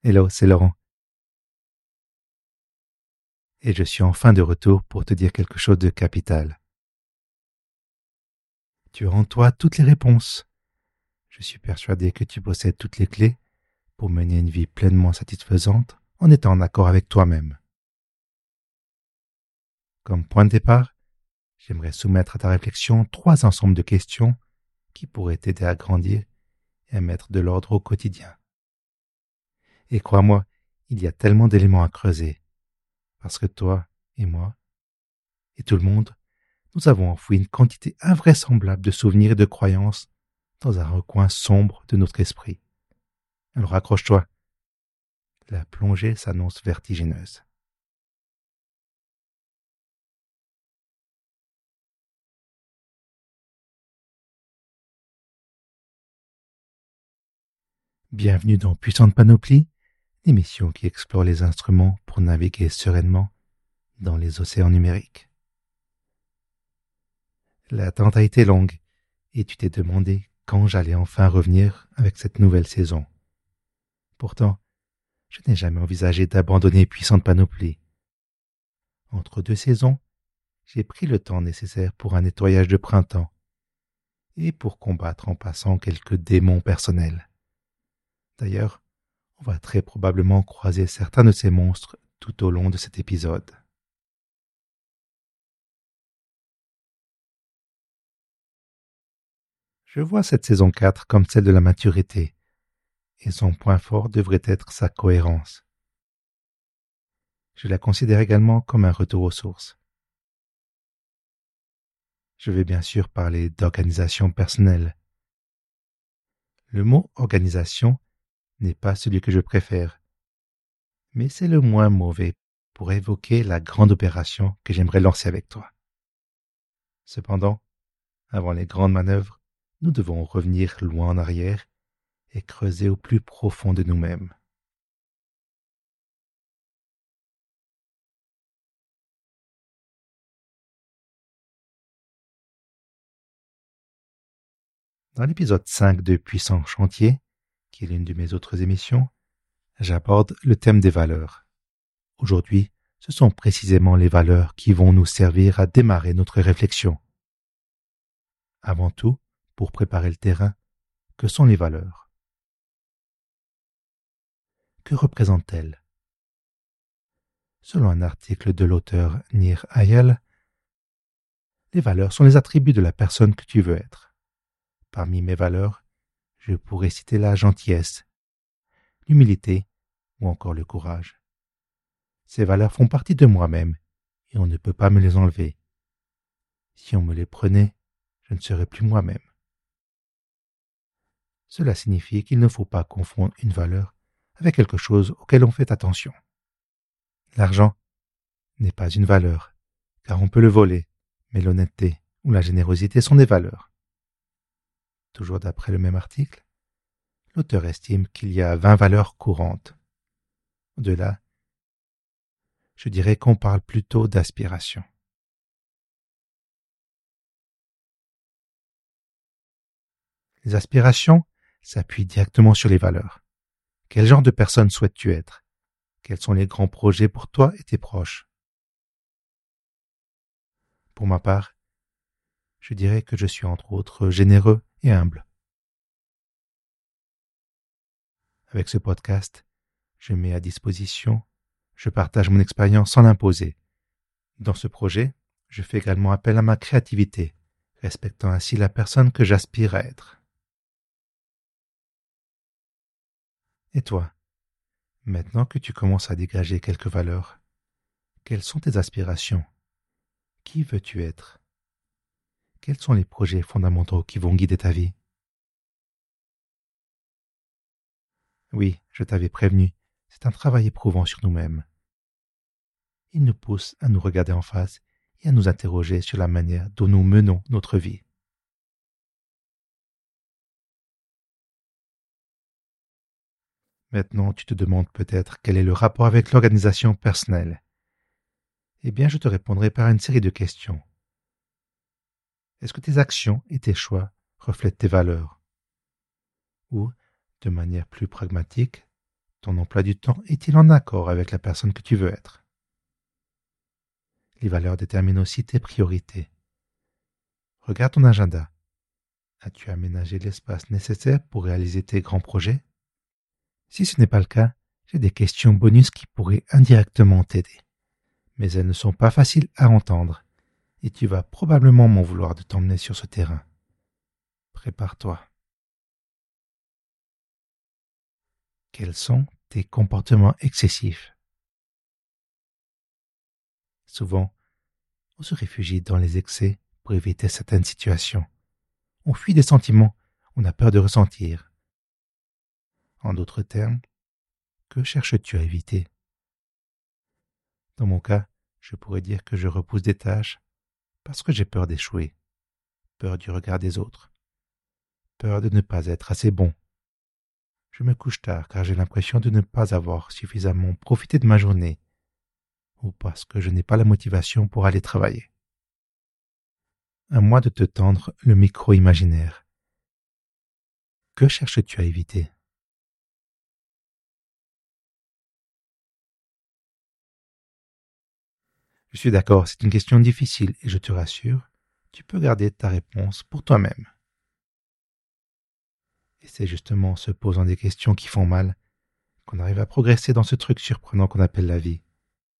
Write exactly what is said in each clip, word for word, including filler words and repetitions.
Hello, c'est Laurent. Et je suis enfin de retour pour te dire quelque chose de capital. Tu as en toi toutes les réponses. Je suis persuadé que tu possèdes toutes les clés pour mener une vie pleinement satisfaisante en étant en accord avec toi-même. Comme point de départ, j'aimerais soumettre à ta réflexion trois ensembles de questions qui pourraient t'aider à grandir et à mettre de l'ordre au quotidien. Et crois-moi, il y a tellement d'éléments à creuser, parce que toi et moi, et tout le monde, nous avons enfoui une quantité invraisemblable de souvenirs et de croyances dans un recoin sombre de notre esprit. Alors accroche-toi, la plongée s'annonce vertigineuse. Bienvenue dans Puissante Panoplie, l'émission qui explore les instruments pour naviguer sereinement dans les océans numériques. L'attente a été longue et tu t'es demandé quand j'allais enfin revenir avec cette nouvelle saison. Pourtant, je n'ai jamais envisagé d'abandonner Puissante Panoplie. Entre deux saisons, j'ai pris le temps nécessaire pour un nettoyage de printemps et pour combattre en passant quelques démons personnels. D'ailleurs, on va très probablement croiser certains de ces monstres tout au long de cet épisode. Je vois cette saison quatre comme celle de la maturité, et son point fort devrait être sa cohérence. Je la considère également comme un retour aux sources. Je vais bien sûr parler d'organisation personnelle. Le mot organisation n'est pas celui que je préfère, mais c'est le moins mauvais pour évoquer la grande opération que j'aimerais lancer avec toi. Cependant, avant les grandes manœuvres, nous devons revenir loin en arrière et creuser au plus profond de nous-mêmes. Dans l'épisode cinq de Puissant Chantier, qui est l'une de mes autres émissions, j'aborde le thème des valeurs. Aujourd'hui, ce sont précisément les valeurs qui vont nous servir à démarrer notre réflexion. Avant tout, pour préparer le terrain, que sont les valeurs? Que représentent-elles? Selon un article de l'auteur Nir Eyal, les valeurs sont les attributs de la personne que tu veux être. Parmi mes valeurs, je pourrais citer la gentillesse, l'humilité ou encore le courage. Ces valeurs font partie de moi-même et on ne peut pas me les enlever. Si on me les prenait, je ne serais plus moi-même. Cela signifie qu'il ne faut pas confondre une valeur avec quelque chose auquel on fait attention. L'argent n'est pas une valeur, car on peut le voler, mais l'honnêteté ou la générosité sont des valeurs. Toujours d'après le même article, l'auteur estime qu'il y a vingt valeurs courantes. Au-delà, je dirais qu'on parle plutôt d'aspiration. Les aspirations s'appuient directement sur les valeurs. Quel genre de personne souhaites-tu être? Quels sont les grands projets pour toi et tes proches? Pour ma part, je dirais que je suis entre autres généreux et humble. Avec ce podcast, je mets à disposition, je partage mon expérience sans l'imposer. Dans ce projet, je fais également appel à ma créativité, respectant ainsi la personne que j'aspire à être. Et toi, maintenant que tu commences à dégager quelques valeurs, quelles sont tes aspirations? Qui veux-tu être? Quels sont les projets fondamentaux qui vont guider ta vie? Oui, je t'avais prévenu, c'est un travail éprouvant sur nous-mêmes. Il nous pousse à nous regarder en face et à nous interroger sur la manière dont nous menons notre vie. Maintenant, tu te demandes peut-être quel est le rapport avec l'organisation personnelle. Eh bien, je te répondrai par une série de questions. Est-ce que tes actions et tes choix reflètent tes valeurs? Ou, de manière plus pragmatique, Ton emploi du temps est-il en accord avec la personne que tu veux être? Les valeurs déterminent aussi tes priorités. Regarde ton agenda. As-tu aménagé l'espace nécessaire pour réaliser tes grands projets? Si ce n'est pas le cas, j'ai des questions bonus qui pourraient indirectement t'aider. Mais elles ne sont pas faciles à entendre et tu vas probablement m'en vouloir de t'emmener sur ce terrain. Prépare-toi. Quels sont tes comportements excessifs? Souvent, on se réfugie dans les excès pour éviter certaines situations. On fuit des sentiments, on a peur de ressentir. En d'autres termes, que cherches-tu à éviter? Dans mon cas, je pourrais dire que je repousse des tâches parce que j'ai peur d'échouer, peur du regard des autres, peur de ne pas être assez bon. Je me couche tard car j'ai l'impression de ne pas avoir suffisamment profité de ma journée ou parce que je n'ai pas la motivation pour aller travailler. À moi de te tendre le micro imaginaire. Que cherches-tu à éviter? Je suis d'accord, c'est une question difficile et je te rassure, tu peux garder ta réponse pour toi-même. Et c'est justement en se posant des questions qui font mal qu'on arrive à progresser dans ce truc surprenant qu'on appelle la vie.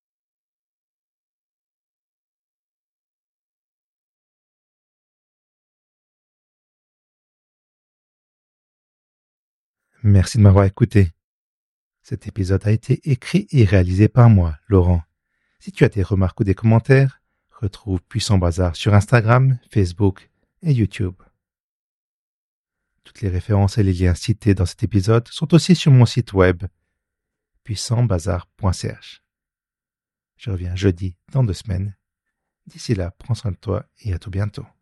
Merci de m'avoir écouté. Cet épisode a été écrit et réalisé par moi, Laurent. Si tu as des remarques ou des commentaires, retrouve Puissant Bazar sur Instagram, Facebook et YouTube. Toutes les références et les liens cités dans cet épisode sont aussi sur mon site web, puissant bazar point c h. Je reviens jeudi dans deux semaines. D'ici là, prends soin de toi et à tout bientôt.